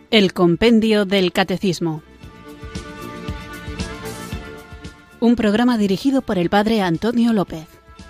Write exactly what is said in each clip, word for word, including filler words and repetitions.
El Compendio del Catecismo. Un programa dirigido por el Padre Antonio López.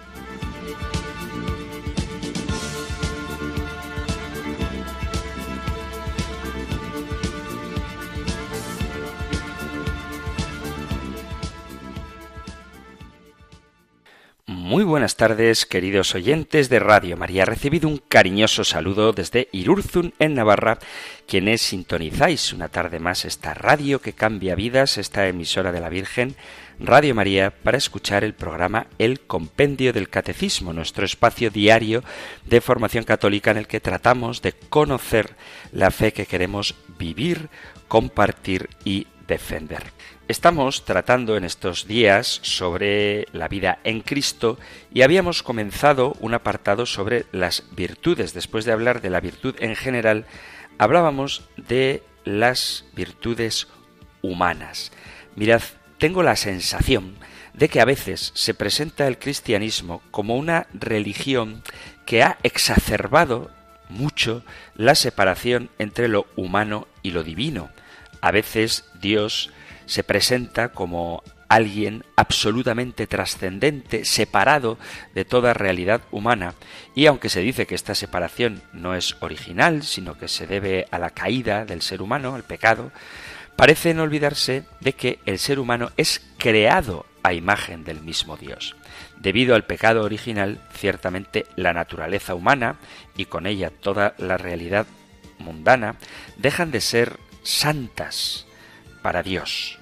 Muy buenas tardes, queridos oyentes de Radio María. Recibido un cariñoso saludo desde Irurzun, en Navarra, quienes sintonizáis una tarde más esta radio que cambia vidas, esta emisora de la Virgen, Radio María, para escuchar el programa El Compendio del Catecismo, nuestro espacio diario de formación católica en el que tratamos de conocer la fe que queremos vivir, compartir y defender. Estamos tratando en estos días sobre la vida en Cristo y habíamos comenzado un apartado sobre las virtudes. Después de hablar de la virtud en general, hablábamos de las virtudes humanas. Mirad, tengo la sensación de que a veces se presenta el cristianismo como una religión que ha exacerbado mucho la separación entre lo humano y lo divino. A veces Dios se presenta como alguien absolutamente trascendente, separado de toda realidad humana, y aunque se dice que esta separación no es original, sino que se debe a la caída del ser humano, al pecado, parecen olvidarse de que el ser humano es creado a imagen del mismo Dios. Debido al pecado original, ciertamente la naturaleza humana, y con ella toda la realidad mundana, dejan de ser santas para Dios.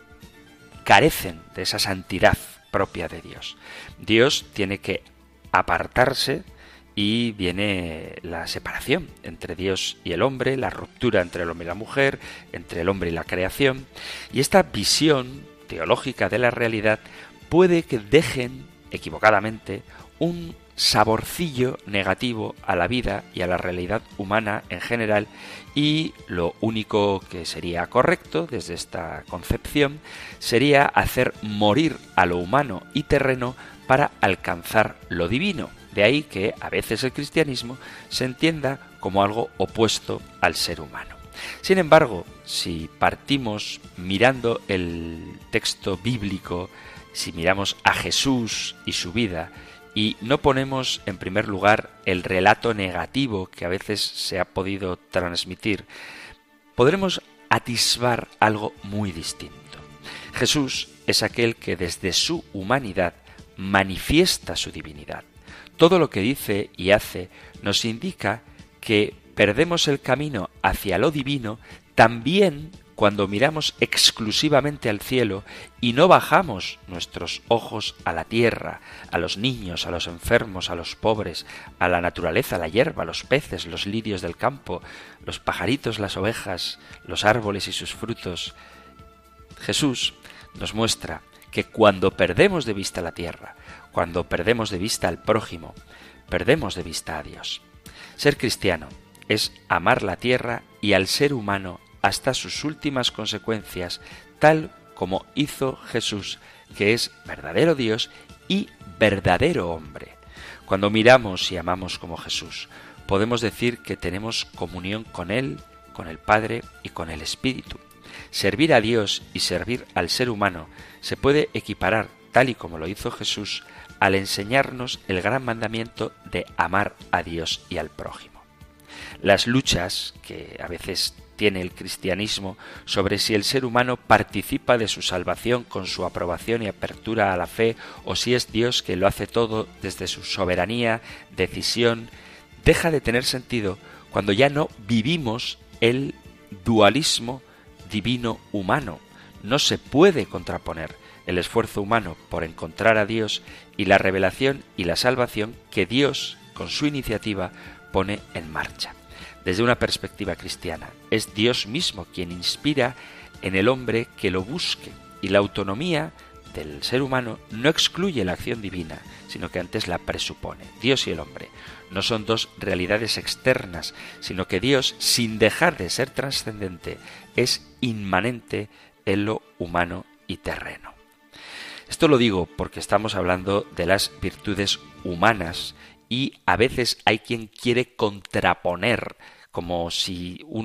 Carecen de esa santidad propia de Dios. Dios tiene que apartarse y viene la separación entre Dios y el hombre, la ruptura entre el hombre y la mujer, entre el hombre y la creación. Y esta visión teológica de la realidad puede que dejen equivocadamente un saborcillo negativo a la vida y a la realidad humana en general, y lo único que sería correcto desde esta concepción sería hacer morir a lo humano y terreno para alcanzar lo divino. De ahí que a veces el cristianismo se entienda como algo opuesto al ser humano. Sin embargo, si partimos mirando el texto bíblico, si miramos a Jesús y su vida, y no ponemos en primer lugar el relato negativo que a veces se ha podido transmitir, podremos atisbar algo muy distinto. Jesús es aquel que desde su humanidad manifiesta su divinidad. Todo lo que dice y hace nos indica que perdemos el camino hacia lo divino también cuando miramos exclusivamente al cielo y no bajamos nuestros ojos a la tierra, a los niños, a los enfermos, a los pobres, a la naturaleza, a la hierba, los peces, los lirios del campo, los pajaritos, las ovejas, los árboles y sus frutos. Jesús nos muestra que cuando perdemos de vista la tierra, cuando perdemos de vista al prójimo, perdemos de vista a Dios. Ser cristiano es amar la tierra y al ser humano hasta sus últimas consecuencias, tal como hizo Jesús, que es verdadero Dios y verdadero hombre. Cuando miramos y amamos como Jesús, podemos decir que tenemos comunión con Él, con el Padre y con el Espíritu. Servir a Dios y servir al ser humano se puede equiparar, tal y como lo hizo Jesús, al enseñarnos el gran mandamiento de amar a Dios y al prójimo. Las luchas que a veces tiene el cristianismo sobre si el ser humano participa de su salvación con su aprobación y apertura a la fe, o si es Dios que lo hace todo desde su soberanía, decisión, deja de tener sentido cuando ya no vivimos el dualismo divino-humano. No se puede contraponer el esfuerzo humano por encontrar a Dios y la revelación y la salvación que Dios, con su iniciativa, pone en marcha. Desde una perspectiva cristiana, es Dios mismo quien inspira en el hombre que lo busque, y la autonomía del ser humano no excluye la acción divina, sino que antes la presupone. Dios y el hombre no son dos realidades externas, sino que Dios, sin dejar de ser trascendente, es inmanente en lo humano y terreno. Esto lo digo porque estamos hablando de las virtudes humanas y a veces hay quien quiere contraponer, como si uno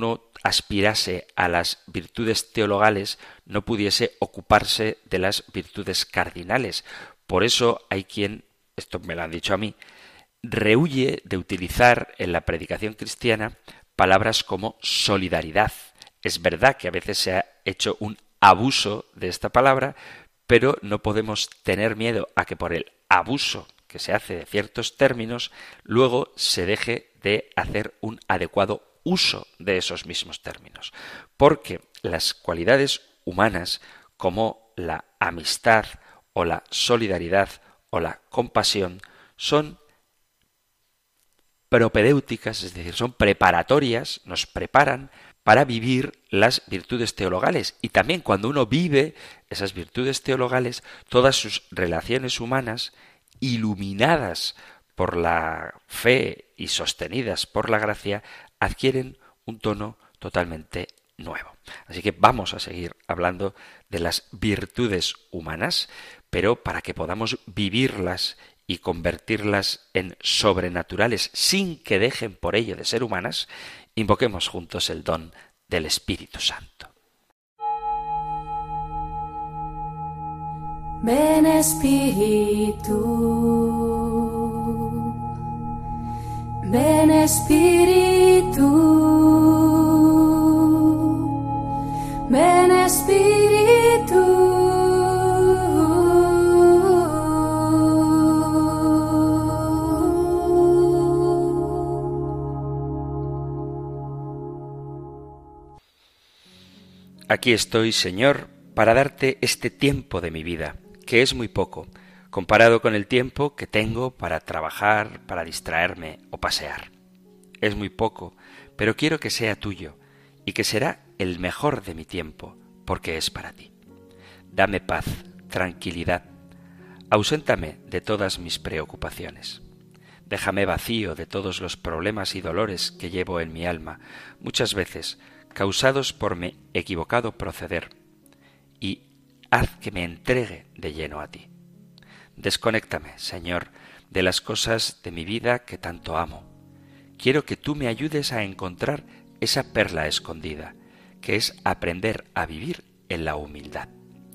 aspirase a las virtudes teologales no pudiese ocuparse de las virtudes cardinales. Por eso hay quien, esto me lo han dicho a mí, rehúye de utilizar en la predicación cristiana palabras como solidaridad. Es verdad que a veces se ha hecho un abuso de esta palabra, pero no podemos tener miedo a que por el abuso que se hace de ciertos términos, luego se deje de hacer un adecuado uso de esos mismos términos. Porque las cualidades humanas, como la amistad o la solidaridad o la compasión, son propedéuticas, es decir, son preparatorias, nos preparan para vivir las virtudes teologales. Y también cuando uno vive esas virtudes teologales, todas sus relaciones humanas, iluminadas por la fe y sostenidas por la gracia, adquieren un tono totalmente nuevo. Así que vamos a seguir hablando de las virtudes humanas, pero para que podamos vivirlas y convertirlas en sobrenaturales sin que dejen por ello de ser humanas, invoquemos juntos el don del Espíritu Santo. Ven Espíritu, ven Espíritu, ven Espíritu. Aquí estoy, Señor, para darte este tiempo de mi vida, que es muy poco, comparado con el tiempo que tengo para trabajar, para distraerme o pasear. Es muy poco, pero quiero que sea tuyo, y que será el mejor de mi tiempo, porque es para ti. Dame paz, tranquilidad, auséntame de todas mis preocupaciones. Déjame vacío de todos los problemas y dolores que llevo en mi alma, muchas veces causados por mi equivocado proceder, y haz que me entregue de lleno a ti. Desconéctame, Señor, de las cosas de mi vida que tanto amo. Quiero que tú me ayudes a encontrar esa perla escondida, que es aprender a vivir en la humildad.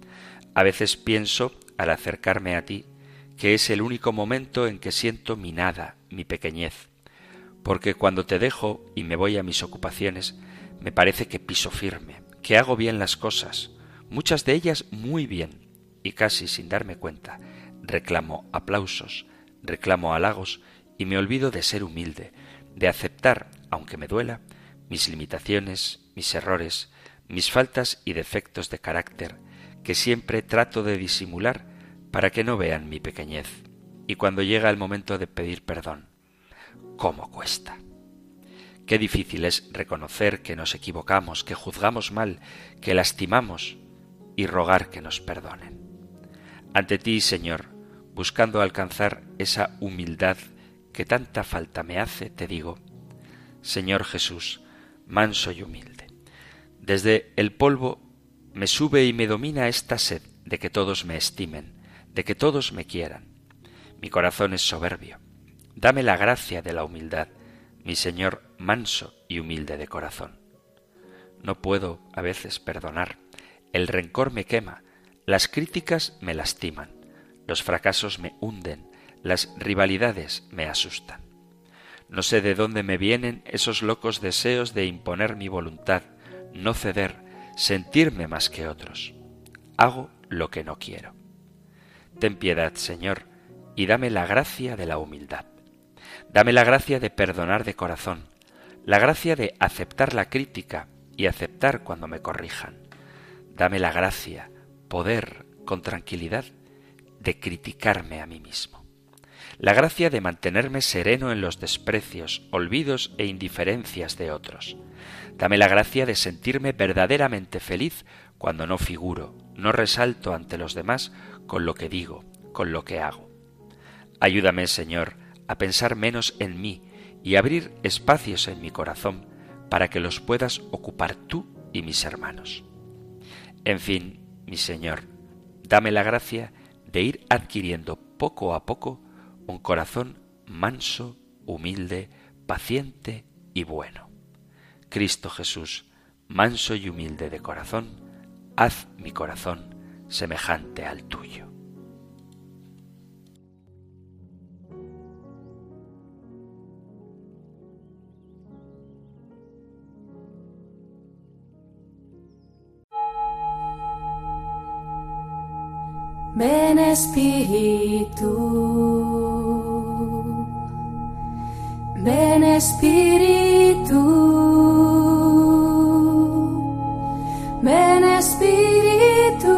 A veces pienso, al acercarme a ti, que es el único momento en que siento mi nada, mi pequeñez, porque cuando te dejo y me voy a mis ocupaciones, me parece que piso firme, que hago bien las cosas, muchas de ellas muy bien, y casi sin darme cuenta, reclamo aplausos, reclamo halagos y me olvido de ser humilde, de aceptar, aunque me duela, mis limitaciones, mis errores, mis faltas y defectos de carácter, que siempre trato de disimular para que no vean mi pequeñez. Y cuando llega el momento de pedir perdón, ¿cómo cuesta? Qué difícil es reconocer que nos equivocamos, que juzgamos mal, que lastimamos y rogar que nos perdonen. Ante ti, Señor, buscando alcanzar esa humildad que tanta falta me hace, te digo, Señor Jesús, manso y humilde. Desde el polvo me sube y me domina esta sed de que todos me estimen, de que todos me quieran. Mi corazón es soberbio. Dame la gracia de la humildad, mi Señor manso y humilde de corazón. No puedo a veces perdonar. El rencor me quema, las críticas me lastiman, los fracasos me hunden, las rivalidades me asustan. No sé de dónde me vienen esos locos deseos de imponer mi voluntad, no ceder, sentirme más que otros. Hago lo que no quiero. Ten piedad, Señor, y dame la gracia de la humildad. Dame la gracia de perdonar de corazón, la gracia de aceptar la crítica y aceptar cuando me corrijan. Dame la gracia, poder, con tranquilidad, de criticarme a mí mismo. La gracia de mantenerme sereno en los desprecios, olvidos e indiferencias de otros. Dame la gracia de sentirme verdaderamente feliz cuando no figuro, no resalto ante los demás con lo que digo, con lo que hago. Ayúdame, Señor, a pensar menos en mí y abrir espacios en mi corazón para que los puedas ocupar tú y mis hermanos. En fin, mi Señor, dame la gracia de ir adquiriendo poco a poco un corazón manso, humilde, paciente y bueno. Cristo Jesús, manso y humilde de corazón, haz mi corazón semejante al tuyo. Ven Espíritu, ven Espíritu, ven Espíritu.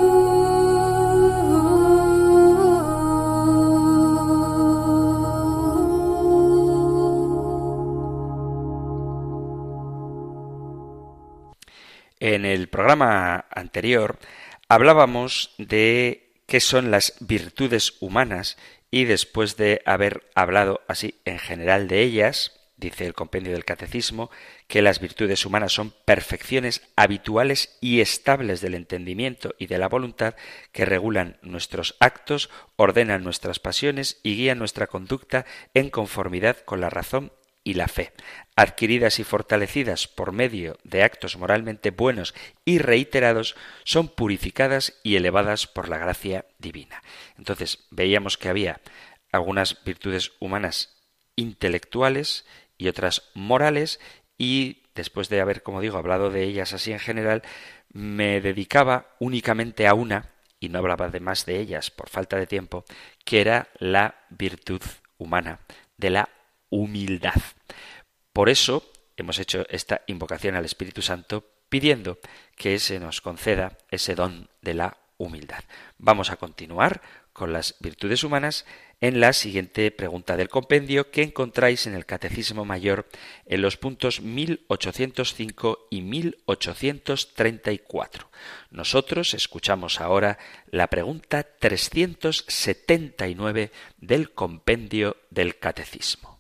En el programa anterior hablábamos de qué son las virtudes humanas y después de haber hablado así en general de ellas, dice el compendio del Catecismo, que las virtudes humanas son perfecciones habituales y estables del entendimiento y de la voluntad que regulan nuestros actos, ordenan nuestras pasiones y guían nuestra conducta en conformidad con la razón y la fe, adquiridas y fortalecidas por medio de actos moralmente buenos y reiterados, son purificadas y elevadas por la gracia divina. Entonces, veíamos que había algunas virtudes humanas intelectuales y otras morales, y después de haber, como digo, hablado de ellas así en general, me dedicaba únicamente a una, y no hablaba de más de ellas por falta de tiempo, que era la virtud humana de la humildad. Por eso hemos hecho esta invocación al Espíritu Santo pidiendo que se nos conceda ese don de la humildad. Vamos a continuar con las virtudes humanas en la siguiente pregunta del compendio que encontráis en el Catecismo Mayor en los puntos mil ochocientos cinco y mil ochocientos treinta y cuatro. Nosotros escuchamos ahora la pregunta trescientos setenta y nueve del compendio del Catecismo.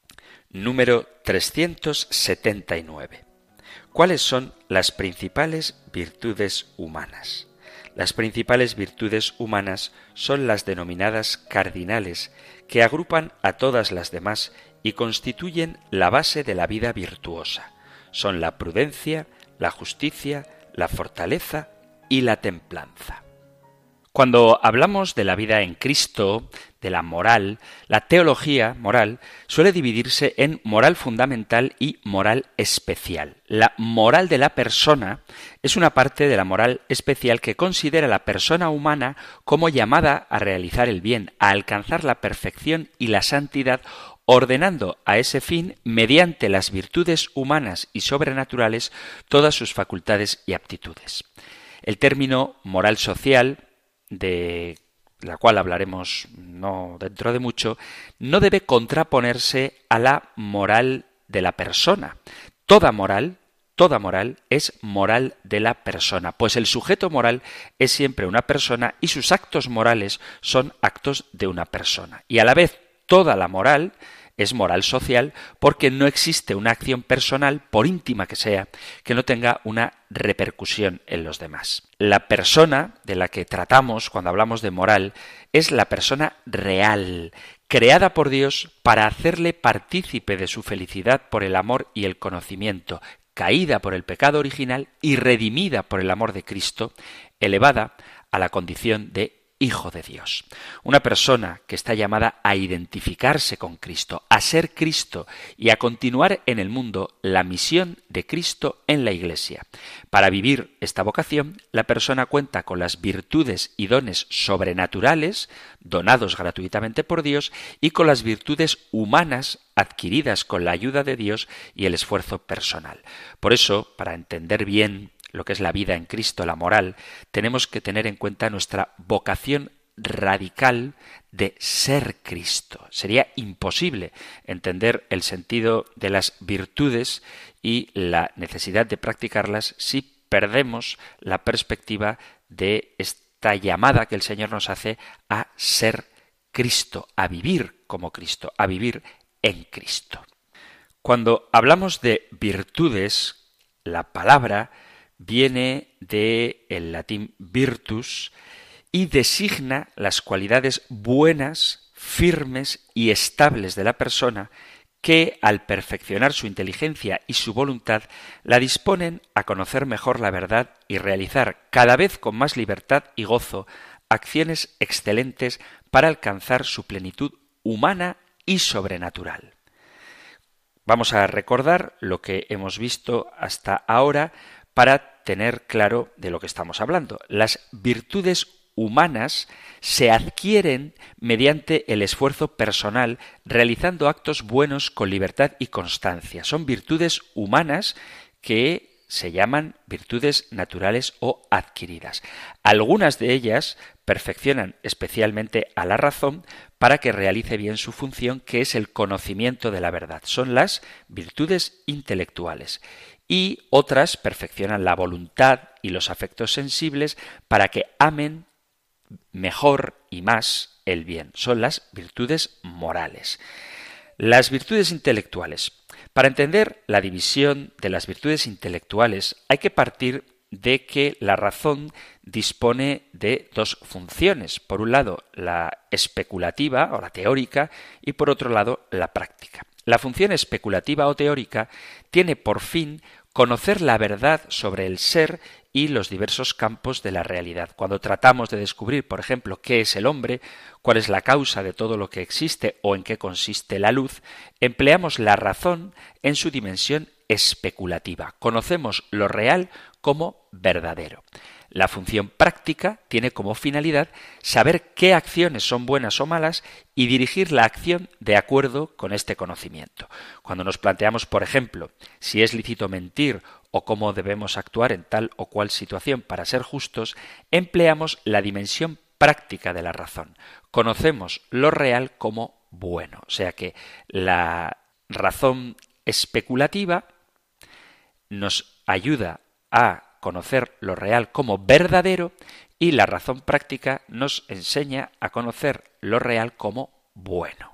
Número trescientos setenta y nueve. ¿Cuáles son las principales virtudes humanas? Las principales virtudes humanas son las denominadas cardinales, que agrupan a todas las demás y constituyen la base de la vida virtuosa. Son la prudencia, la justicia, la fortaleza y la templanza. Cuando hablamos de la vida en Cristo, de la moral, la teología moral suele dividirse en moral fundamental y moral especial. La moral de la persona es una parte de la moral especial que considera a la persona humana como llamada a realizar el bien, a alcanzar la perfección y la santidad, ordenando a ese fin, mediante las virtudes humanas y sobrenaturales, todas sus facultades y aptitudes. El término moral social, de la cual hablaremos no dentro de mucho, no debe contraponerse a la moral de la persona. Toda moral, toda moral es moral de la persona, pues el sujeto moral es siempre una persona y sus actos morales son actos de una persona. Y a la vez, toda la moral es moral social porque no existe una acción personal, por íntima que sea, que no tenga una repercusión en los demás. La persona de la que tratamos cuando hablamos de moral es la persona real, creada por Dios para hacerle partícipe de su felicidad por el amor y el conocimiento, caída por el pecado original y redimida por el amor de Cristo, elevada a la condición de Hijo de Dios. Una persona que está llamada a identificarse con Cristo, a ser Cristo y a continuar en el mundo la misión de Cristo en la Iglesia. Para vivir esta vocación, la persona cuenta con las virtudes y dones sobrenaturales, donados gratuitamente por Dios, y con las virtudes humanas adquiridas con la ayuda de Dios y el esfuerzo personal. Por eso, para entender bien lo que es la vida en Cristo, la moral, tenemos que tener en cuenta nuestra vocación radical de ser Cristo. Sería imposible entender el sentido de las virtudes y la necesidad de practicarlas si perdemos la perspectiva de esta llamada que el Señor nos hace a ser Cristo, a vivir como Cristo, a vivir en Cristo. Cuando hablamos de virtudes, la palabra viene del latín virtus y designa las cualidades buenas, firmes y estables de la persona que al perfeccionar su inteligencia y su voluntad la disponen a conocer mejor la verdad y realizar cada vez con más libertad y gozo acciones excelentes para alcanzar su plenitud humana y sobrenatural. Vamos a recordar lo que hemos visto hasta ahora para tener claro de lo que estamos hablando. Las virtudes humanas se adquieren mediante el esfuerzo personal, realizando actos buenos con libertad y constancia. Son virtudes humanas que se llaman virtudes naturales o adquiridas. Algunas de ellas perfeccionan especialmente a la razón para que realice bien su función, que es el conocimiento de la verdad. Son las virtudes intelectuales. Y otras perfeccionan la voluntad y los afectos sensibles para que amen mejor y más el bien. Son las virtudes morales. Las virtudes intelectuales. Para entender la división de las virtudes intelectuales hay que partir de que la razón dispone de dos funciones. Por un lado, la especulativa o la teórica y por otro lado, la práctica. La función especulativa o teórica tiene por fin conocer la verdad sobre el ser y los diversos campos de la realidad. Cuando tratamos de descubrir, por ejemplo, qué es el hombre, cuál es la causa de todo lo que existe o en qué consiste la luz, empleamos la razón en su dimensión especulativa. Conocemos lo real como verdadero. La función práctica tiene como finalidad saber qué acciones son buenas o malas y dirigir la acción de acuerdo con este conocimiento. Cuando nos planteamos, por ejemplo, si es lícito mentir o cómo debemos actuar en tal o cual situación para ser justos, empleamos la dimensión práctica de la razón. Conocemos lo real como bueno. O sea que la razón especulativa nos ayuda a conocer lo real como verdadero y la razón práctica nos enseña a conocer lo real como bueno.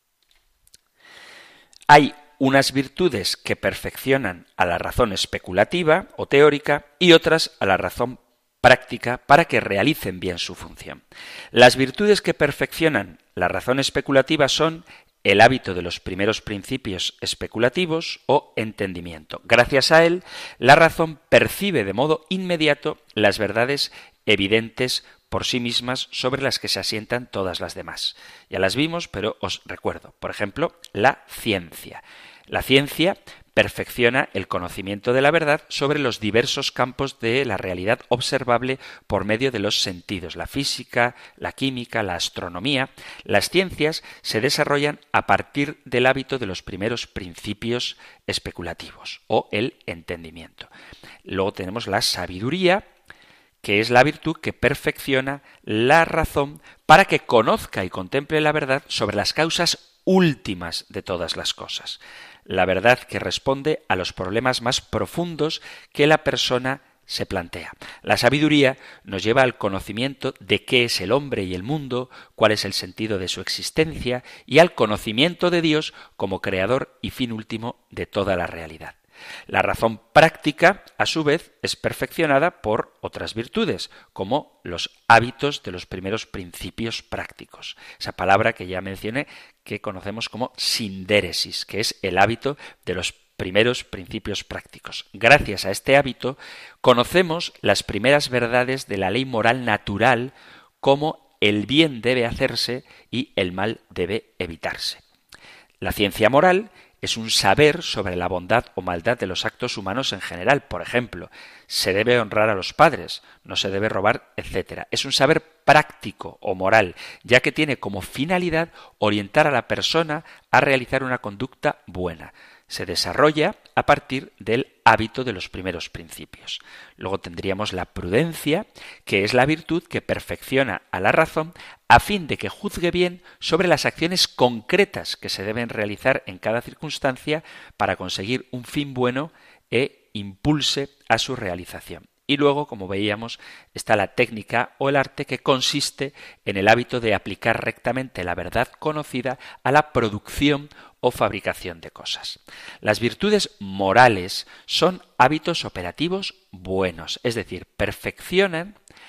Hay unas virtudes que perfeccionan a la razón especulativa o teórica y otras a la razón práctica para que realicen bien su función. Las virtudes que perfeccionan la razón especulativa son el hábito de los primeros principios especulativos o entendimiento. Gracias a él, la razón percibe de modo inmediato las verdades evidentes por sí mismas sobre las que se asientan todas las demás. Ya las vimos, pero os recuerdo. Por ejemplo, la ciencia. La ciencia perfecciona el conocimiento de la verdad sobre los diversos campos de la realidad observable por medio de los sentidos, la física, la química, la astronomía. Las ciencias se desarrollan a partir del hábito de los primeros principios especulativos o el entendimiento. Luego tenemos la sabiduría, que es la virtud que perfecciona la razón para que conozca y contemple la verdad sobre las causas últimas de todas las cosas. La verdad que responde a los problemas más profundos que la persona se plantea. La sabiduría nos lleva al conocimiento de qué es el hombre y el mundo, cuál es el sentido de su existencia y al conocimiento de Dios como creador y fin último de toda la realidad. La razón práctica, a su vez, es perfeccionada por otras virtudes, como los hábitos de los primeros principios prácticos. Esa palabra que ya mencioné, que conocemos como sindéresis, que es el hábito de los primeros principios prácticos. Gracias a este hábito, conocemos las primeras verdades de la ley moral natural, como el bien debe hacerse y el mal debe evitarse. La ciencia moral es un saber sobre la bondad o maldad de los actos humanos en general. Por ejemplo, se debe honrar a los padres, no se debe robar, etcétera. Es un saber práctico o moral, ya que tiene como finalidad orientar a la persona a realizar una conducta buena. Se desarrolla a partir del hábito de los primeros principios. Luego tendríamos la prudencia, que es la virtud que perfecciona a la razón a fin de que juzgue bien sobre las acciones concretas que se deben realizar en cada circunstancia para conseguir un fin bueno e impulse a su realización. Y luego, como veíamos, está la técnica o el arte, que consiste en el hábito de aplicar rectamente la verdad conocida a la producción o fabricación de cosas. Las virtudes morales son hábitos operativos buenos, es decir, perfeccionan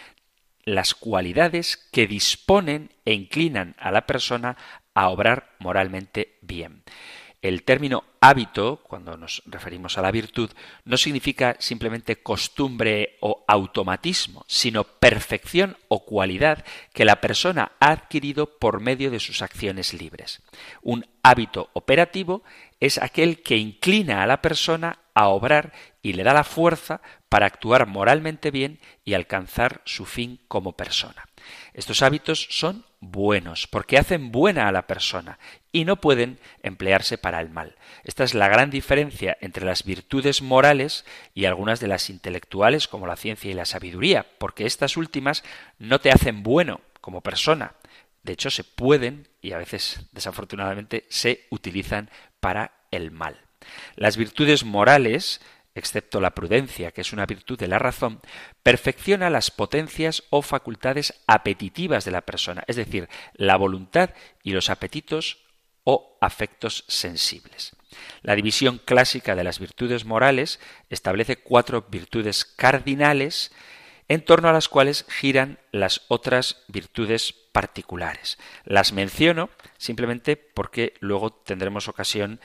las cualidades que disponen e inclinan a la persona a obrar moralmente bien. El término hábito, cuando nos referimos a la virtud, no significa simplemente costumbre o automatismo, sino perfección o cualidad que la persona ha adquirido por medio de sus acciones libres. Un hábito operativo es aquel que inclina a la persona a obrar y le da la fuerza para actuar moralmente bien y alcanzar su fin como persona. Estos hábitos son buenos porque hacen buena a la persona y no pueden emplearse para el mal. Esta es la gran diferencia entre las virtudes morales y algunas de las intelectuales como la ciencia y la sabiduría, porque estas últimas no te hacen bueno como persona. De hecho, se pueden, y a veces desafortunadamente se utilizan para el mal. Las virtudes morales, excepto la prudencia, que es una virtud de la razón, perfecciona las potencias o facultades apetitivas de la persona, es decir, la voluntad y los apetitos o afectos sensibles. La división clásica de las virtudes morales establece cuatro virtudes cardinales en torno a las cuales giran las otras virtudes particulares. Las menciono simplemente porque luego tendremos ocasión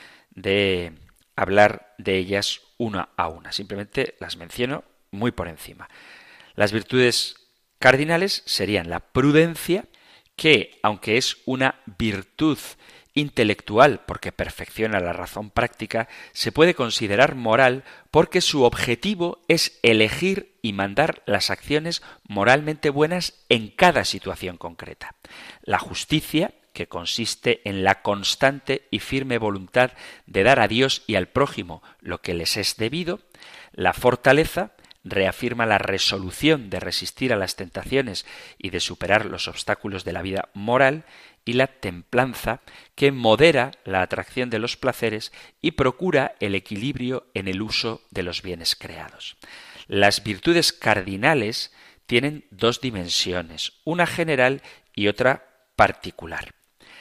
de hablar de ellas una a una. Simplemente las menciono muy por encima. Las virtudes cardinales serían la prudencia, que aunque es una virtud intelectual porque perfecciona la razón práctica, se puede considerar moral porque su objetivo es elegir y mandar las acciones moralmente buenas en cada situación concreta. La justicia, que consiste en la constante y firme voluntad de dar a Dios y al prójimo lo que les es debido. La fortaleza reafirma la resolución de resistir a las tentaciones y de superar los obstáculos de la vida moral, y la templanza, que modera la atracción de los placeres y procura el equilibrio en el uso de los bienes creados. Las virtudes cardinales tienen dos dimensiones, una general y otra particular.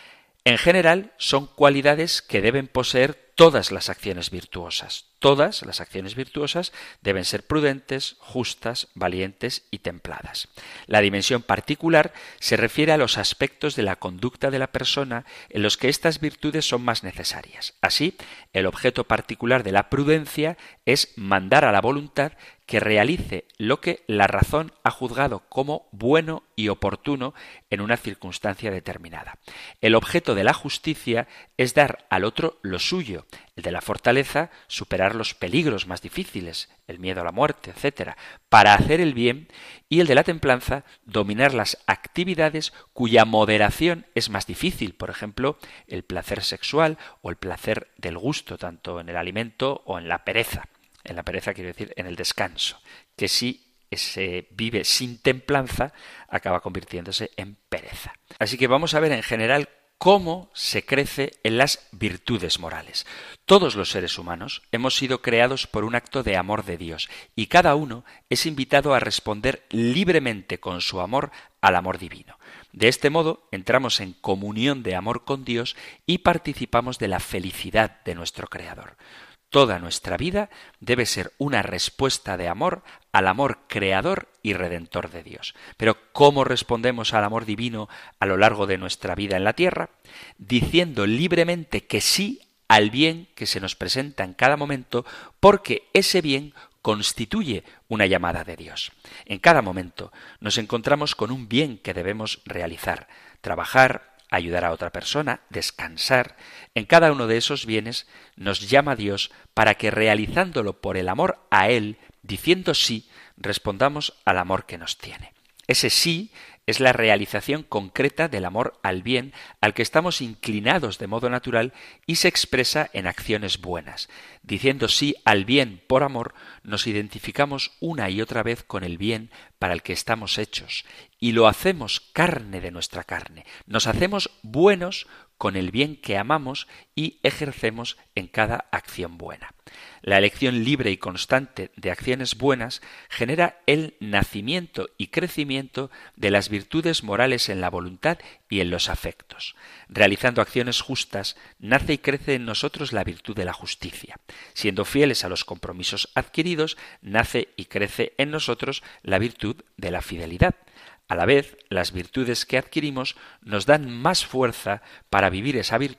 En general, son cualidades que deben poseer todas las acciones virtuosas. Todas las acciones virtuosas deben ser prudentes, justas, valientes y templadas. La dimensión particular se refiere a los aspectos de la conducta de la persona en los que estas virtudes son más necesarias. Así, el objeto particular de la prudencia es mandar a la voluntad que realice lo que la razón ha juzgado como bueno y oportuno en una circunstancia determinada. El objeto de la justicia es dar al otro lo suyo, el de la fortaleza superar los peligros más difíciles, el miedo a la muerte, etcétera, para hacer el bien, y el de la templanza dominar las actividades cuya moderación es más difícil, por ejemplo, el placer sexual o el placer del gusto, tanto en el alimento o en la pereza. En la pereza quiero decir en el descanso, que si se vive sin templanza acaba convirtiéndose en pereza. Así que vamos a ver en general cómo se crece en las virtudes morales. Todos los seres humanos hemos sido creados por un acto de amor de Dios y cada uno es invitado a responder libremente con su amor al amor divino. De este modo entramos en comunión de amor con Dios y participamos de la felicidad de nuestro Creador. Toda nuestra vida debe ser una respuesta de amor al amor creador y redentor de Dios. Pero ¿cómo respondemos al amor divino a lo largo de nuestra vida en la tierra? Diciendo libremente que sí al bien que se nos presenta en cada momento, porque ese bien constituye una llamada de Dios. En cada momento nos encontramos con un bien que debemos realizar, trabajar, ayudar a otra persona, descansar. En cada uno de esos bienes nos llama Dios para que realizándolo por el amor a Él, diciendo sí, respondamos al amor que nos tiene. Ese sí es la realización concreta del amor al bien al que estamos inclinados de modo natural y se expresa en acciones buenas. Diciendo sí al bien por amor, nos identificamos una y otra vez con el bien para el que estamos hechos y lo hacemos carne de nuestra carne. Nos hacemos buenos con el bien que amamos y ejercemos en cada acción buena. La elección libre y constante de acciones buenas genera el nacimiento y crecimiento de las virtudes morales en la voluntad y en los afectos. Realizando acciones justas, nace y crece en nosotros la virtud de la justicia. Siendo fieles a los compromisos adquiridos, nace y crece en nosotros la virtud de la fidelidad. A la vez, las virtudes que adquirimos nos dan más fuerza para vivir esa virtud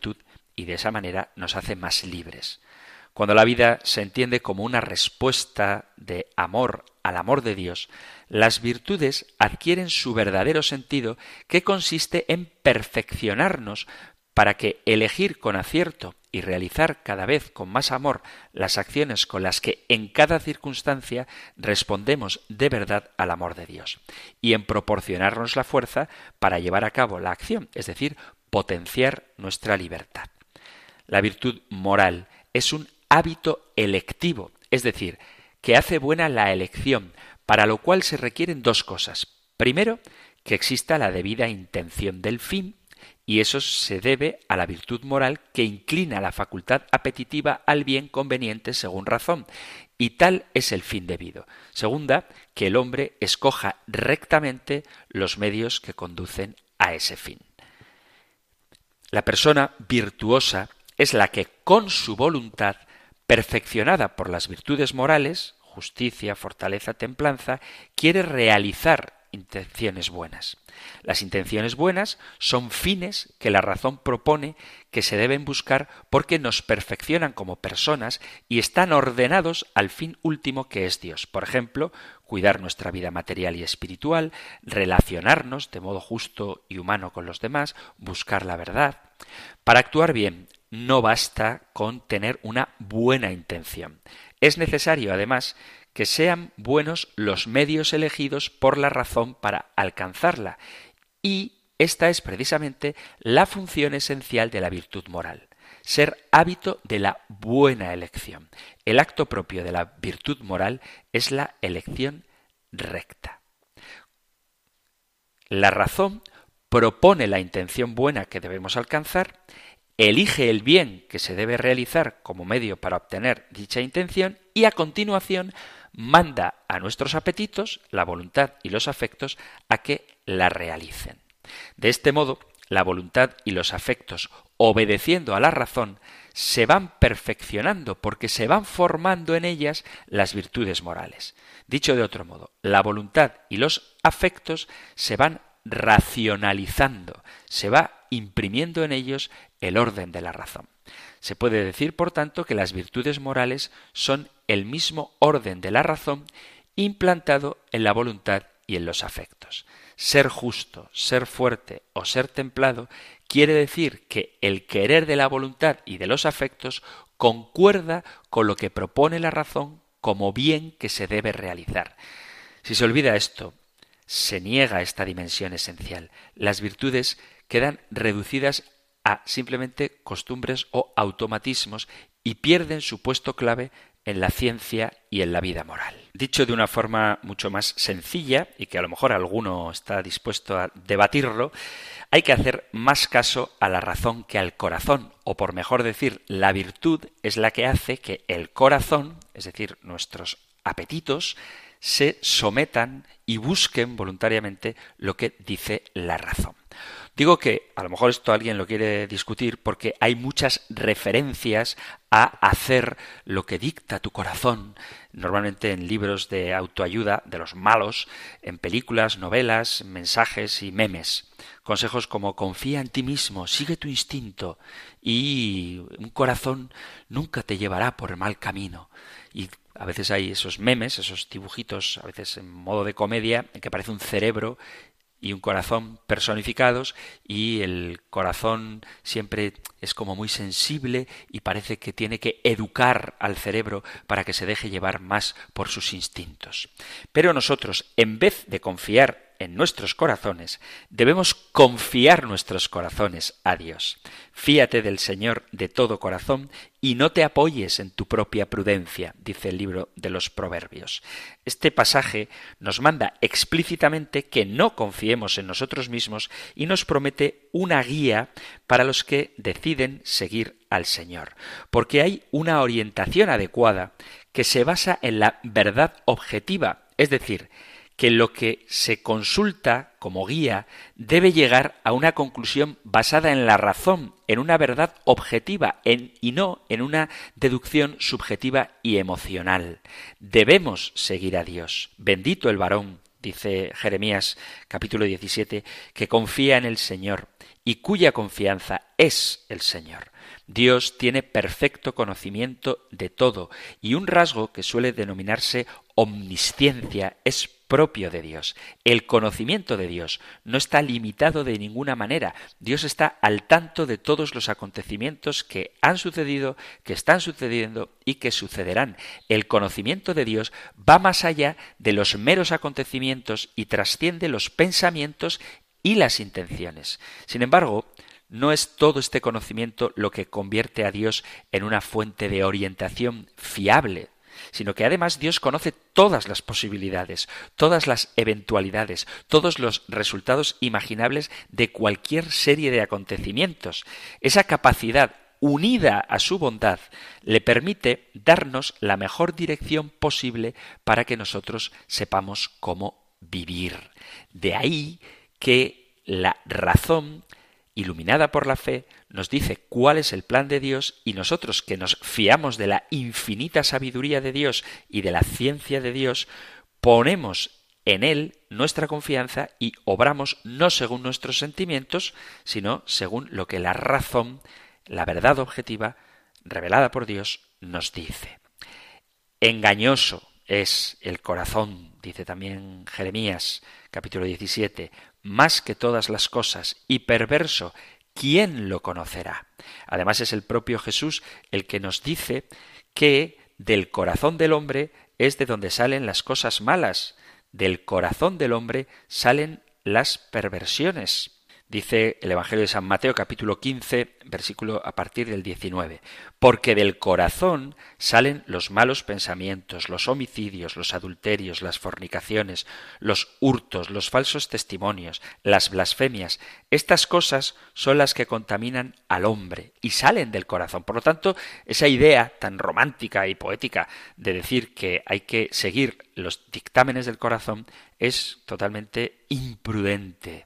y de esa manera nos hace más libres. Cuando la vida se entiende como una respuesta de amor al amor de Dios, las virtudes adquieren su verdadero sentido, que consiste en perfeccionarnos para que elegir con acierto y realizar cada vez con más amor las acciones con las que en cada circunstancia respondemos de verdad al amor de Dios, y en proporcionarnos la fuerza para llevar a cabo la acción, es decir, potenciar nuestra libertad. La virtud moral es un hábito electivo, es decir, que hace buena la elección, para lo cual se requieren dos cosas. Primero, que exista la debida intención del fin, y eso se debe a la virtud moral que inclina la facultad apetitiva al bien conveniente según razón, y tal es el fin debido. Segunda, que el hombre escoja rectamente los medios que conducen a ese fin. La persona virtuosa es la que con su voluntad, perfeccionada por las virtudes morales, justicia, fortaleza, templanza, quiere realizar intenciones buenas. Las intenciones buenas son fines que la razón propone que se deben buscar porque nos perfeccionan como personas y están ordenados al fin último que es Dios. Por ejemplo, cuidar nuestra vida material y espiritual, relacionarnos de modo justo y humano con los demás, buscar la verdad. Para actuar bien, no basta con tener una buena intención. Es necesario, además, que sean buenos los medios elegidos por la razón para alcanzarla. Y esta es precisamente la función esencial de la virtud moral, ser hábito de la buena elección. El acto propio de la virtud moral es la elección recta. La razón propone la intención buena que debemos alcanzar, elige el bien que se debe realizar como medio para obtener dicha intención y a continuación manda a nuestros apetitos, la voluntad y los afectos a que la realicen. De este modo, la voluntad y los afectos, obedeciendo a la razón, se van perfeccionando porque se van formando en ellas las virtudes morales. Dicho de otro modo, la voluntad y los afectos se van racionalizando, se va imprimiendo en ellos el orden de la razón. Se puede decir, por tanto, que las virtudes morales son el mismo orden de la razón implantado en la voluntad y en los afectos. Ser justo, ser fuerte o ser templado quiere decir que el querer de la voluntad y de los afectos concuerda con lo que propone la razón como bien que se debe realizar. Si se olvida esto, se niega esta dimensión esencial. Las virtudes quedan reducidas a simplemente costumbres o automatismos y pierden su puesto clave en la ciencia y en la vida moral. Dicho de una forma mucho más sencilla, y que a lo mejor alguno está dispuesto a debatirlo, hay que hacer más caso a la razón que al corazón, o por mejor decir, la virtud es la que hace que el corazón, es decir, nuestros apetitos, se sometan y busquen voluntariamente lo que dice la razón. Digo que a lo mejor esto alguien lo quiere discutir porque hay muchas referencias a hacer lo que dicta tu corazón, normalmente en libros de autoayuda de los malos, en películas, novelas, mensajes y memes. Consejos como confía en ti mismo, sigue tu instinto y un corazón nunca te llevará por el mal camino. Y a veces hay esos memes, esos dibujitos, a veces en modo de comedia, en que aparece un cerebro y un corazón personificados, y el corazón siempre es como muy sensible y parece que tiene que educar al cerebro para que se deje llevar más por sus instintos. Pero nosotros, en vez de confiar en nuestros corazones, debemos confiar nuestros corazones a Dios. Fíate del Señor de todo corazón y no te apoyes en tu propia prudencia, dice el libro de los Proverbios. Este pasaje nos manda explícitamente que no confiemos en nosotros mismos y nos promete una guía para los que deciden seguir al Señor, porque hay una orientación adecuada que se basa en la verdad objetiva, es decir, que lo que se consulta como guía debe llegar a una conclusión basada en la razón, en una verdad objetiva en, y no en una deducción subjetiva y emocional. Debemos seguir a Dios. Bendito el varón dice Jeremías capítulo diecisiete, que confía en el Señor y cuya confianza es el Señor. Dios tiene perfecto conocimiento de todo y un rasgo que suele denominarse omnisciencia es propio de Dios. El conocimiento de Dios no está limitado de ninguna manera. Dios está al tanto de todos los acontecimientos que han sucedido, que están sucediendo y que sucederán. El conocimiento de Dios va más allá de los meros acontecimientos y trasciende los pensamientos y las intenciones. Sin embargo, no es todo este conocimiento lo que convierte a Dios en una fuente de orientación fiable, sino que además Dios conoce todas las posibilidades, todas las eventualidades, todos los resultados imaginables de cualquier serie de acontecimientos. Esa capacidad, unida a su bondad, le permite darnos la mejor dirección posible para que nosotros sepamos cómo vivir. De ahí que la razón, iluminada por la fe, nos dice cuál es el plan de Dios y nosotros, que nos fiamos de la infinita sabiduría de Dios y de la ciencia de Dios, ponemos en Él nuestra confianza y obramos no según nuestros sentimientos, sino según lo que la razón, la verdad objetiva, revelada por Dios, nos dice. Engañoso es el corazón, dice también Jeremías, capítulo diecisiete, más que todas las cosas, y perverso, ¿quién lo conocerá? Además es el propio Jesús el que nos dice que del corazón del hombre es de donde salen las cosas malas, del corazón del hombre salen las perversiones. Dice el Evangelio de San Mateo, capítulo quince, versículo a partir del diecinueve. Porque del corazón salen los malos pensamientos, los homicidios, los adulterios, las fornicaciones, los hurtos, los falsos testimonios, las blasfemias. Estas cosas son las que contaminan al hombre y salen del corazón. Por lo tanto, esa idea tan romántica y poética de decir que hay que seguir los dictámenes del corazón es totalmente imprudente.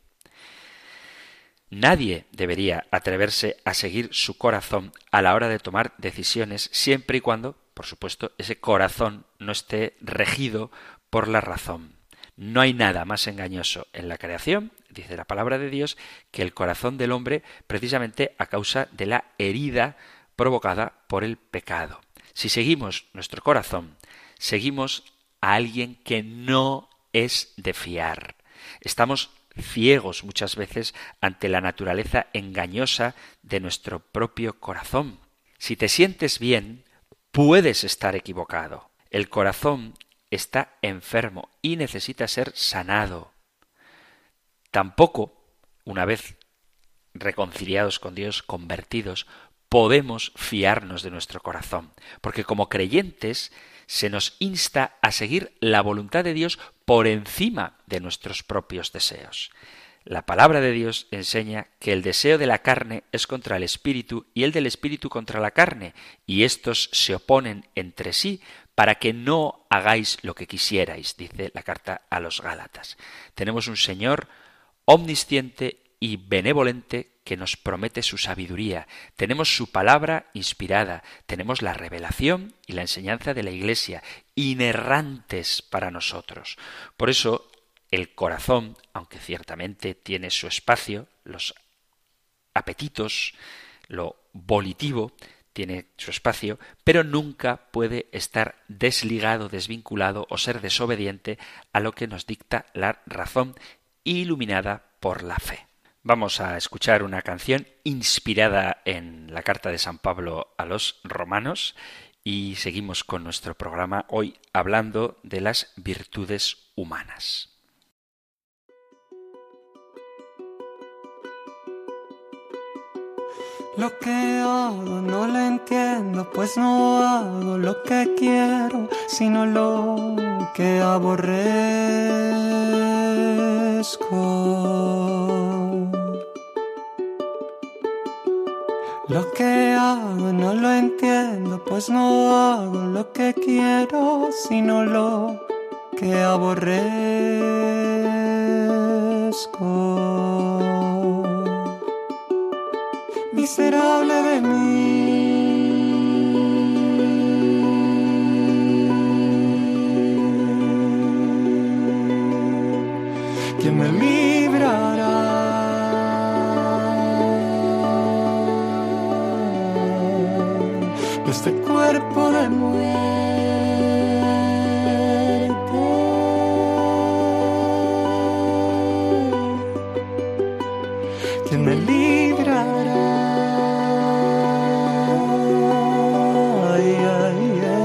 Nadie debería atreverse a seguir su corazón a la hora de tomar decisiones, siempre y cuando, por supuesto, ese corazón no esté regido por la razón. No hay nada más engañoso en la creación, dice la palabra de Dios, que el corazón del hombre, precisamente a causa de la herida provocada por el pecado. Si seguimos nuestro corazón, seguimos a alguien que no es de fiar. Estamos ciegos muchas veces ante la naturaleza engañosa de nuestro propio corazón. Si te sientes bien, puedes estar equivocado. El corazón está enfermo y necesita ser sanado. Tampoco, una vez reconciliados con Dios, convertidos, podemos fiarnos de nuestro corazón, porque como creyentes se nos insta a seguir la voluntad de Dios por encima de nuestros propios deseos. La palabra de Dios enseña que el deseo de la carne es contra el espíritu y el del espíritu contra la carne, y estos se oponen entre sí para que no hagáis lo que quisierais, dice la carta a los Gálatas. Tenemos un Señor omnisciente y benevolente que nos promete su sabiduría. Tenemos su palabra inspirada, tenemos la revelación y la enseñanza de la Iglesia, inerrantes para nosotros. Por eso, el corazón, aunque ciertamente tiene su espacio, los apetitos, lo volitivo, tiene su espacio, pero nunca puede estar desligado, desvinculado o ser desobediente a lo que nos dicta la razón iluminada por la fe. Vamos a escuchar una canción inspirada en la carta de San Pablo a los romanos y seguimos con nuestro programa hoy hablando de las virtudes humanas. Lo que hago no lo entiendo, pues no hago lo que quiero, sino lo que aborrezco. Lo que hago no lo entiendo, pues no hago lo que quiero, sino lo que aborrezco. Miserable de mí. me librará de este cuerpo de muerte. ¿Quién me librará? Ay, ay,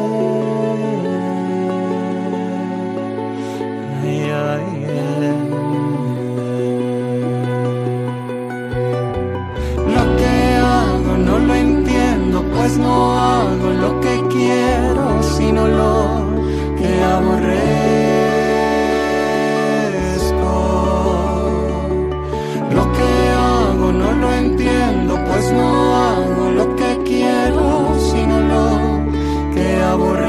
ay, ay, ay. Lo que hago no lo entiendo, pues no hago lo que quiero, sino lo que aborrezco. Lo que hago no lo entiendo, pues no hago lo que quiero, sino lo que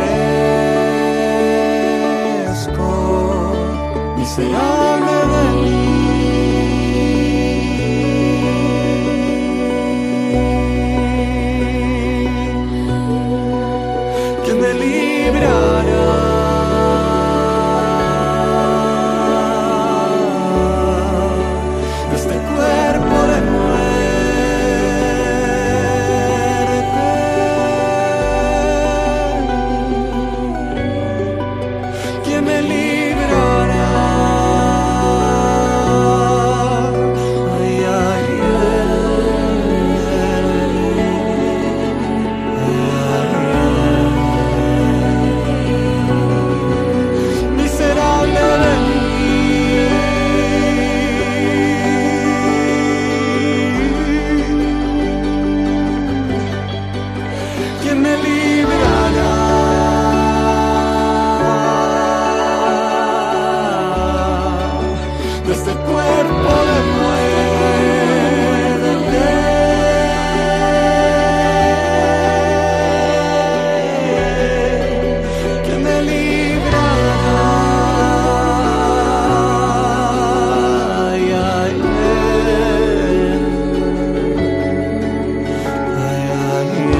aborrezco. Miserable de mí. ¿Quién me librará de este cuerpo de muerte? ¿Quién me librará? Ay, ay, ay. Miserable de mí. ¿Quién me librará de este cuerpo de muerte? ¿Quién me librará? Ay, ay, ay, ay, ay.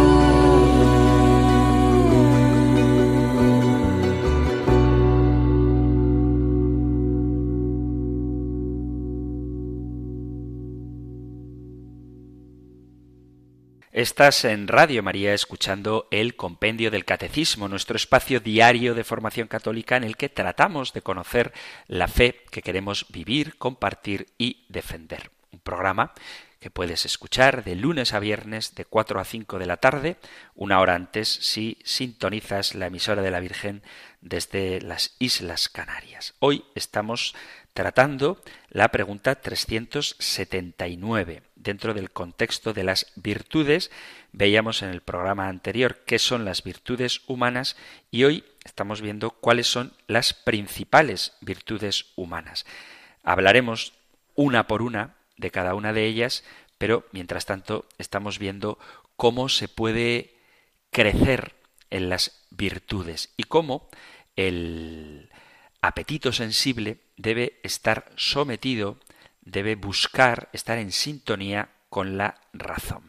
Estás en Radio María escuchando el Compendio del Catecismo, nuestro espacio diario de formación católica en el que tratamos de conocer la fe que queremos vivir, compartir y defender. Un programa que puedes escuchar de lunes a viernes de cuatro a cinco de la tarde, una hora antes si sintonizas la emisora de la Virgen desde las Islas Canarias. Hoy estamos tratando la pregunta trescientos setenta y nueve. Dentro del contexto de las virtudes, veíamos en el programa anterior qué son las virtudes humanas y hoy estamos viendo cuáles son las principales virtudes humanas. Hablaremos una por una de cada una de ellas, pero mientras tanto estamos viendo cómo se puede crecer en las virtudes y cómo el apetito sensible debe estar sometido, debe buscar estar en sintonía con la razón.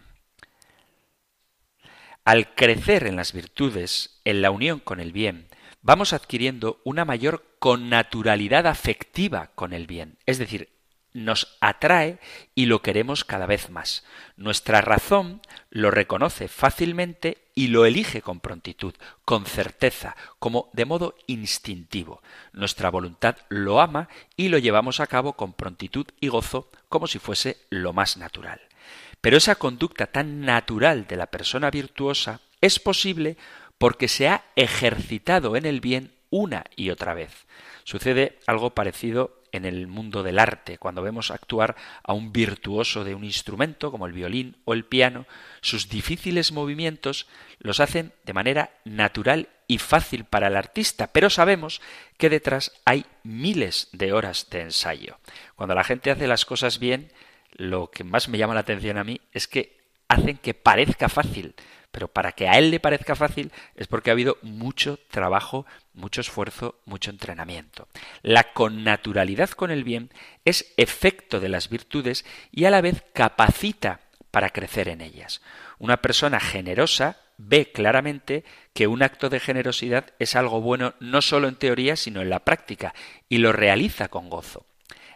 Al crecer en las virtudes, en la unión con el bien, vamos adquiriendo una mayor connaturalidad afectiva con el bien, es decir, nos atrae y lo queremos cada vez más. Nuestra razón lo reconoce fácilmente y lo elige con prontitud, con certeza, como de modo instintivo. Nuestra voluntad lo ama y lo llevamos a cabo con prontitud y gozo, como si fuese lo más natural. Pero esa conducta tan natural de la persona virtuosa es posible porque se ha ejercitado en el bien una y otra vez. Sucede algo parecido en el mundo del arte. Cuando vemos actuar a un virtuoso de un instrumento como el violín o el piano, sus difíciles movimientos los hacen de manera natural y fácil para el artista, pero sabemos que detrás hay miles de horas de ensayo. Cuando la gente hace las cosas bien, lo que más me llama la atención a mí es que hacen que parezca fácil, pero para que a él le parezca fácil es porque ha habido mucho trabajo, mucho esfuerzo, mucho entrenamiento. La connaturalidad con el bien es efecto de las virtudes y a la vez capacita para crecer en ellas. Una persona generosa ve claramente que un acto de generosidad es algo bueno no solo en teoría, sino en la práctica, y lo realiza con gozo.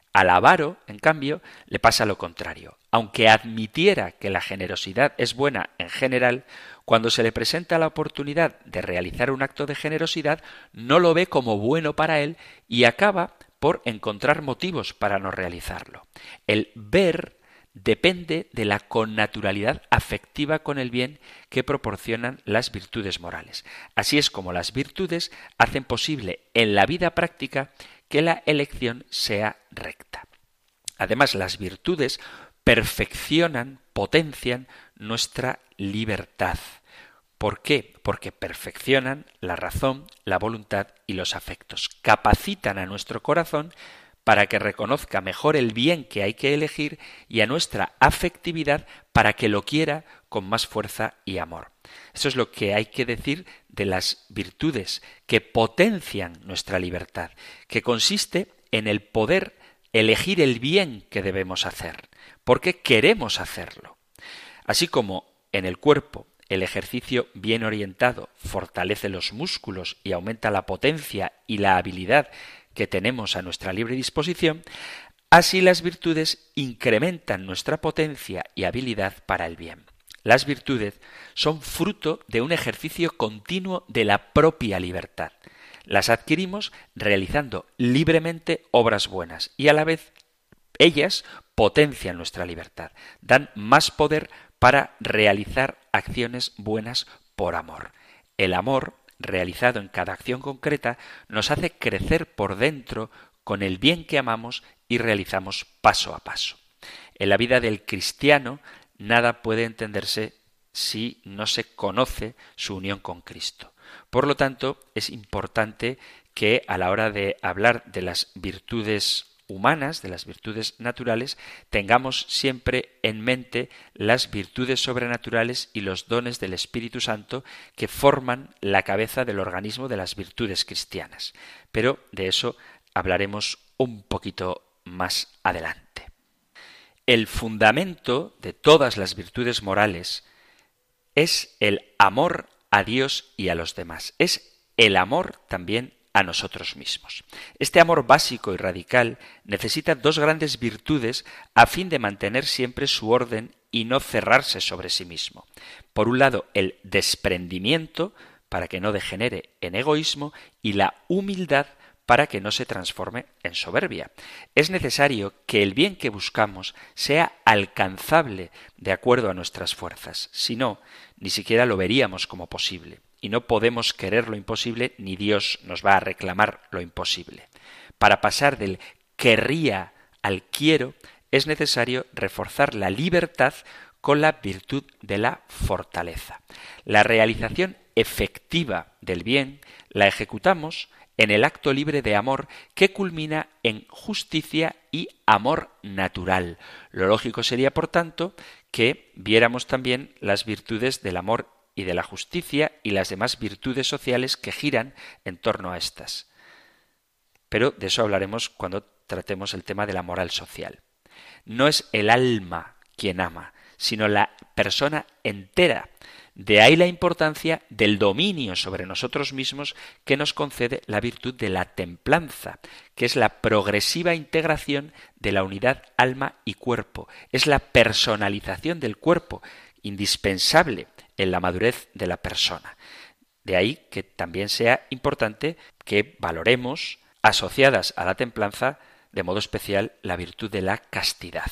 Al avaro, en cambio, le pasa lo contrario. Aunque admitiera que la generosidad es buena en general, cuando se le presenta la oportunidad de realizar un acto de generosidad, no lo ve como bueno para él y acaba por encontrar motivos para no realizarlo. El ver depende de la connaturalidad afectiva con el bien que proporcionan las virtudes morales. Así es como las virtudes hacen posible en la vida práctica que la elección sea recta. Además, las virtudes perfeccionan, potencian nuestra libertad. ¿Por qué? Porque perfeccionan la razón, la voluntad y los afectos. Capacitan a nuestro corazón para que reconozca mejor el bien que hay que elegir y a nuestra afectividad para que lo quiera con más fuerza y amor. Eso es lo que hay que decir de las virtudes que potencian nuestra libertad, que consiste en el poder elegir el bien que debemos hacer, porque queremos hacerlo. Así como en el cuerpo el ejercicio bien orientado fortalece los músculos y aumenta la potencia y la habilidad que tenemos a nuestra libre disposición, así las virtudes incrementan nuestra potencia y habilidad para el bien. Las virtudes son fruto de un ejercicio continuo de la propia libertad. Las adquirimos realizando libremente obras buenas y a la vez ellas potencian nuestra libertad, dan más poder para realizar acciones buenas por amor. El amor, realizado en cada acción concreta, nos hace crecer por dentro con el bien que amamos y realizamos paso a paso. En la vida del cristiano, nada puede entenderse si no se conoce su unión con Cristo. Por lo tanto, es importante que a la hora de hablar de las virtudes humanas, de las virtudes naturales, tengamos siempre en mente las virtudes sobrenaturales y los dones del Espíritu Santo que forman la cabeza del organismo de las virtudes cristianas. Pero de eso hablaremos un poquito más adelante. El fundamento de todas las virtudes morales es el amor a Dios y a los demás. Es el amor también a nosotros mismos. Este amor básico y radical necesita dos grandes virtudes a fin de mantener siempre su orden y no cerrarse sobre sí mismo. Por un lado, el desprendimiento, para que no degenere en egoísmo, y la humildad, para que no se transforme en soberbia. Es necesario que el bien que buscamos sea alcanzable de acuerdo a nuestras fuerzas. Si no, ni siquiera lo veríamos como posible. Y no podemos querer lo imposible, ni Dios nos va a reclamar lo imposible. Para pasar del querría al quiero, es necesario reforzar la libertad con la virtud de la fortaleza. La realización efectiva del bien la ejecutamos en el acto libre de amor que culmina en justicia y amor natural. Lo lógico sería, por tanto, que viéramos también las virtudes del amor y de la justicia y las demás virtudes sociales que giran en torno a estas. Pero de eso hablaremos cuando tratemos el tema de la moral social. No es el alma quien ama, sino la persona entera. De ahí la importancia del dominio sobre nosotros mismos que nos concede la virtud de la templanza, que es la progresiva integración de la unidad alma y cuerpo. Es la personalización del cuerpo, indispensable en la madurez de la persona. De ahí que también sea importante que valoremos, asociadas a la templanza, de modo especial, la virtud de la castidad.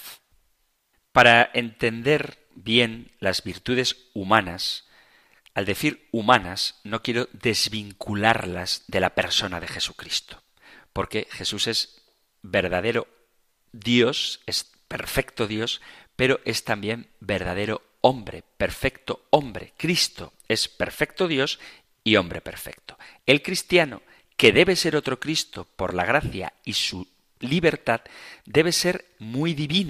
Para entender bien las virtudes humanas, al decir humanas, no quiero desvincularlas de la persona de Jesucristo, porque Jesús es verdadero Dios, es perfecto Dios, pero es también verdadero hombre, perfecto hombre. Cristo es perfecto Dios y hombre perfecto. El cristiano, que debe ser otro Cristo por la gracia y su libertad, debe ser muy divino,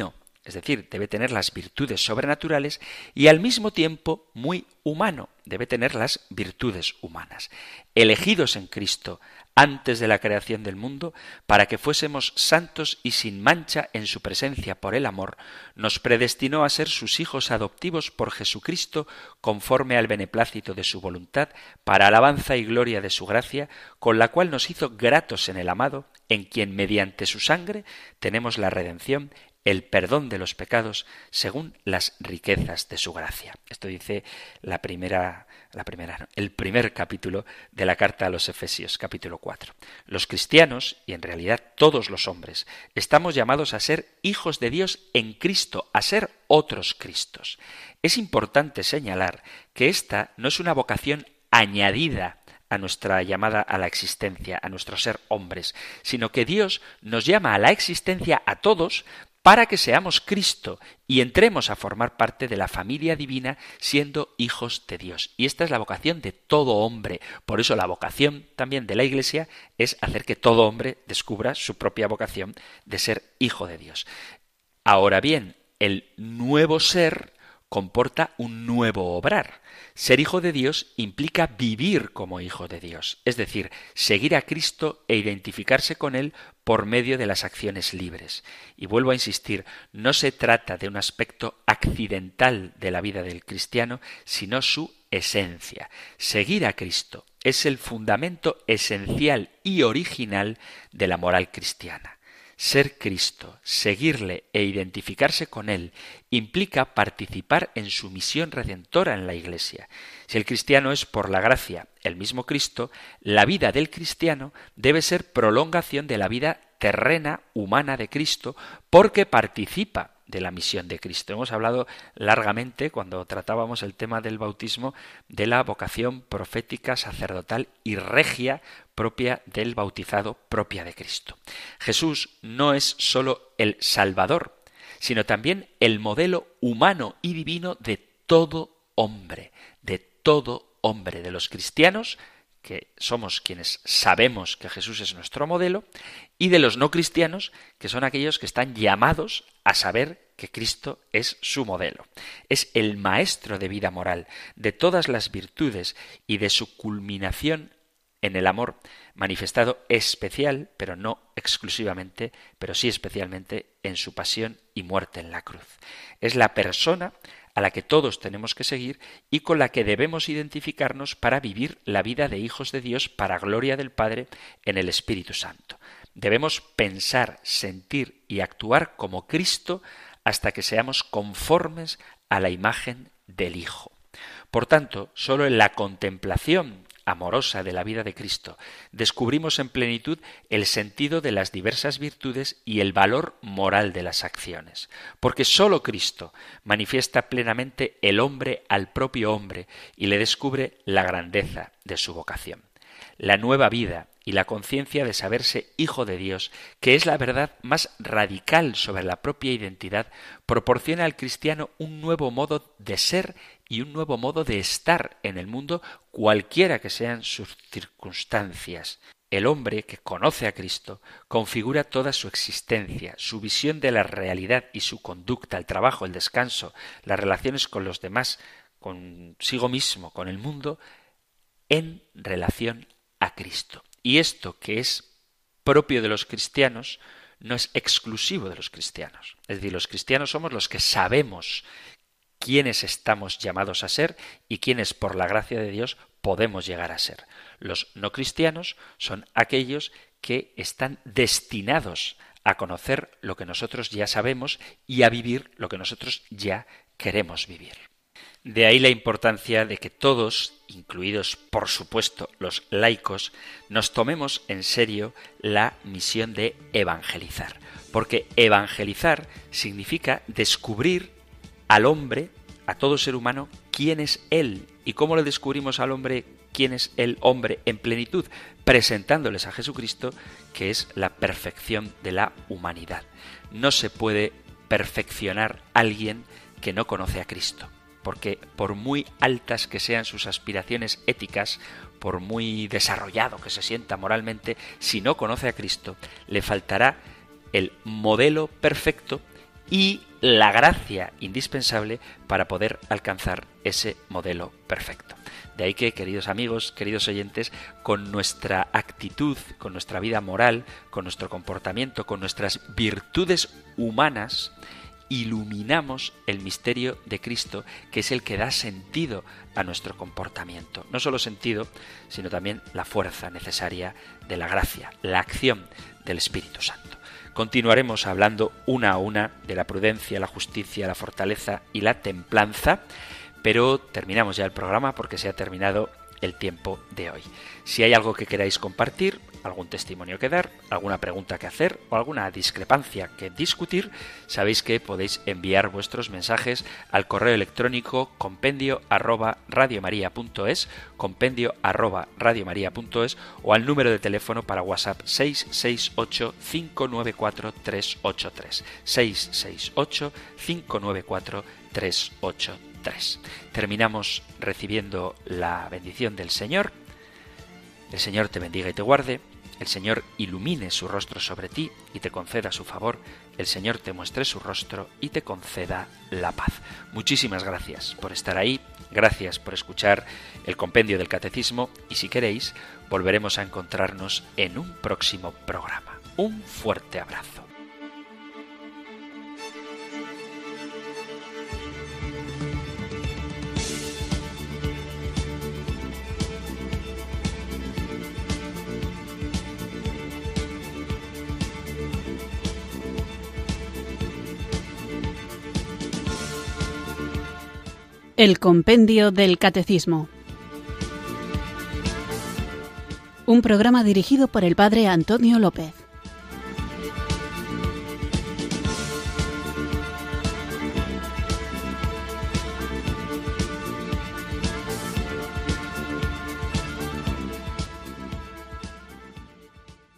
es decir, debe tener las virtudes sobrenaturales y al mismo tiempo muy humano, debe tener las virtudes humanas. Elegidos en Cristo antes de la creación del mundo, para que fuésemos santos y sin mancha en su presencia por el amor, nos predestinó a ser sus hijos adoptivos por Jesucristo, conforme al beneplácito de su voluntad, para alabanza y gloria de su gracia, con la cual nos hizo gratos en el amado, en quien mediante su sangre tenemos la redención, el perdón de los pecados, según las riquezas de su gracia. Esto dice la primera, la primera, no, el primer capítulo de la carta a los Efesios, capítulo cuatro. Los cristianos, y en realidad todos los hombres, estamos llamados a ser hijos de Dios en Cristo, a ser otros Cristos. Es importante señalar que esta no es una vocación añadida a nuestra llamada a la existencia, a nuestro ser hombres, sino que Dios nos llama a la existencia a todos para que seamos Cristo y entremos a formar parte de la familia divina siendo hijos de Dios. Y esta es la vocación de todo hombre. Por eso la vocación también de la Iglesia es hacer que todo hombre descubra su propia vocación de ser hijo de Dios. Ahora bien, el nuevo ser comporta un nuevo obrar. Ser hijo de Dios implica vivir como hijo de Dios, es decir, seguir a Cristo e identificarse con Él por medio de las acciones libres. Y vuelvo a insistir, no se trata de un aspecto accidental de la vida del cristiano, sino su esencia. Seguir a Cristo es el fundamento esencial y original de la moral cristiana. Ser Cristo, seguirle e identificarse con Él implica participar en su misión redentora en la Iglesia. Si el cristiano es por la gracia el mismo Cristo, la vida del cristiano debe ser prolongación de la vida terrena, humana de Cristo, porque participa de la misión de Cristo. Hemos hablado largamente, cuando tratábamos el tema del bautismo, de la vocación profética, sacerdotal y regia propia del bautizado, propia de Cristo. Jesús no es sólo el Salvador, sino también el modelo humano y divino de todo hombre, de todo hombre, de los cristianos, que somos quienes sabemos que Jesús es nuestro modelo, y de los no cristianos, que son aquellos que están llamados a saber que Cristo es su modelo. Es el maestro de vida moral, de todas las virtudes y de su culminación en el amor, manifestado especial, pero no exclusivamente, pero sí especialmente en su pasión y muerte en la cruz. Es la persona a la que todos tenemos que seguir y con la que debemos identificarnos para vivir la vida de hijos de Dios para gloria del Padre en el Espíritu Santo. Debemos pensar, sentir y actuar como Cristo hasta que seamos conformes a la imagen del Hijo. Por tanto, solo en la contemplación amorosa de la vida de Cristo descubrimos en plenitud el sentido de las diversas virtudes y el valor moral de las acciones, porque sólo Cristo manifiesta plenamente el hombre al propio hombre y le descubre la grandeza de su vocación. La nueva vida y la conciencia de saberse hijo de Dios, que es la verdad más radical sobre la propia identidad, proporciona al cristiano un nuevo modo de ser y un nuevo modo de estar en el mundo, cualquiera que sean sus circunstancias. El hombre que conoce a Cristo configura toda su existencia, su visión de la realidad y su conducta, el trabajo, el descanso, las relaciones con los demás, consigo mismo, con el mundo, en relación a Cristo. Y esto, que es propio de los cristianos, no es exclusivo de los cristianos. Es decir, los cristianos somos los que sabemos quiénes estamos llamados a ser y quiénes, por la gracia de Dios, podemos llegar a ser. Los no cristianos son aquellos que están destinados a conocer lo que nosotros ya sabemos y a vivir lo que nosotros ya queremos vivir. De ahí la importancia de que todos, incluidos por supuesto los laicos, nos tomemos en serio la misión de evangelizar. Porque evangelizar significa descubrir al hombre, a todo ser humano, quién es él. ¿Y cómo le descubrimos al hombre quién es el hombre en plenitud? Presentándoles a Jesucristo, que es la perfección de la humanidad. No se puede perfeccionar a alguien que no conoce a Cristo. Porque por muy altas que sean sus aspiraciones éticas, por muy desarrollado que se sienta moralmente, si no conoce a Cristo, le faltará el modelo perfecto y la gracia indispensable para poder alcanzar ese modelo perfecto. De ahí que, queridos amigos, queridos oyentes, con nuestra actitud, con nuestra vida moral, con nuestro comportamiento, con nuestras virtudes humanas, iluminamos el misterio de Cristo, que es el que da sentido a nuestro comportamiento. No solo sentido, sino también la fuerza necesaria de la gracia, la acción del Espíritu Santo. Continuaremos hablando una a una de la prudencia, la justicia, la fortaleza y la templanza, pero terminamos ya el programa porque se ha terminado el tiempo de hoy. Si hay algo que queráis compartir, algún testimonio que dar, alguna pregunta que hacer o alguna discrepancia que discutir, sabéis que podéis enviar vuestros mensajes al correo electrónico compendio arroba radiomaria.es, compendio arroba radiomaria.es o al número de teléfono para WhatsApp seis seis ocho, cinco nueve cuatro, tres ocho tres, seis seis ocho, cinco nueve cuatro, tres ocho tres. Terminamos recibiendo la bendición del Señor. El Señor te bendiga y te guarde. El Señor ilumine su rostro sobre ti y te conceda su favor. El Señor te muestre su rostro y te conceda la paz. Muchísimas gracias por estar ahí. Gracias por escuchar el compendio del Catecismo y si queréis, volveremos a encontrarnos en un próximo programa. Un fuerte abrazo. El compendio del Catecismo. Un programa dirigido por el Padre Antonio López.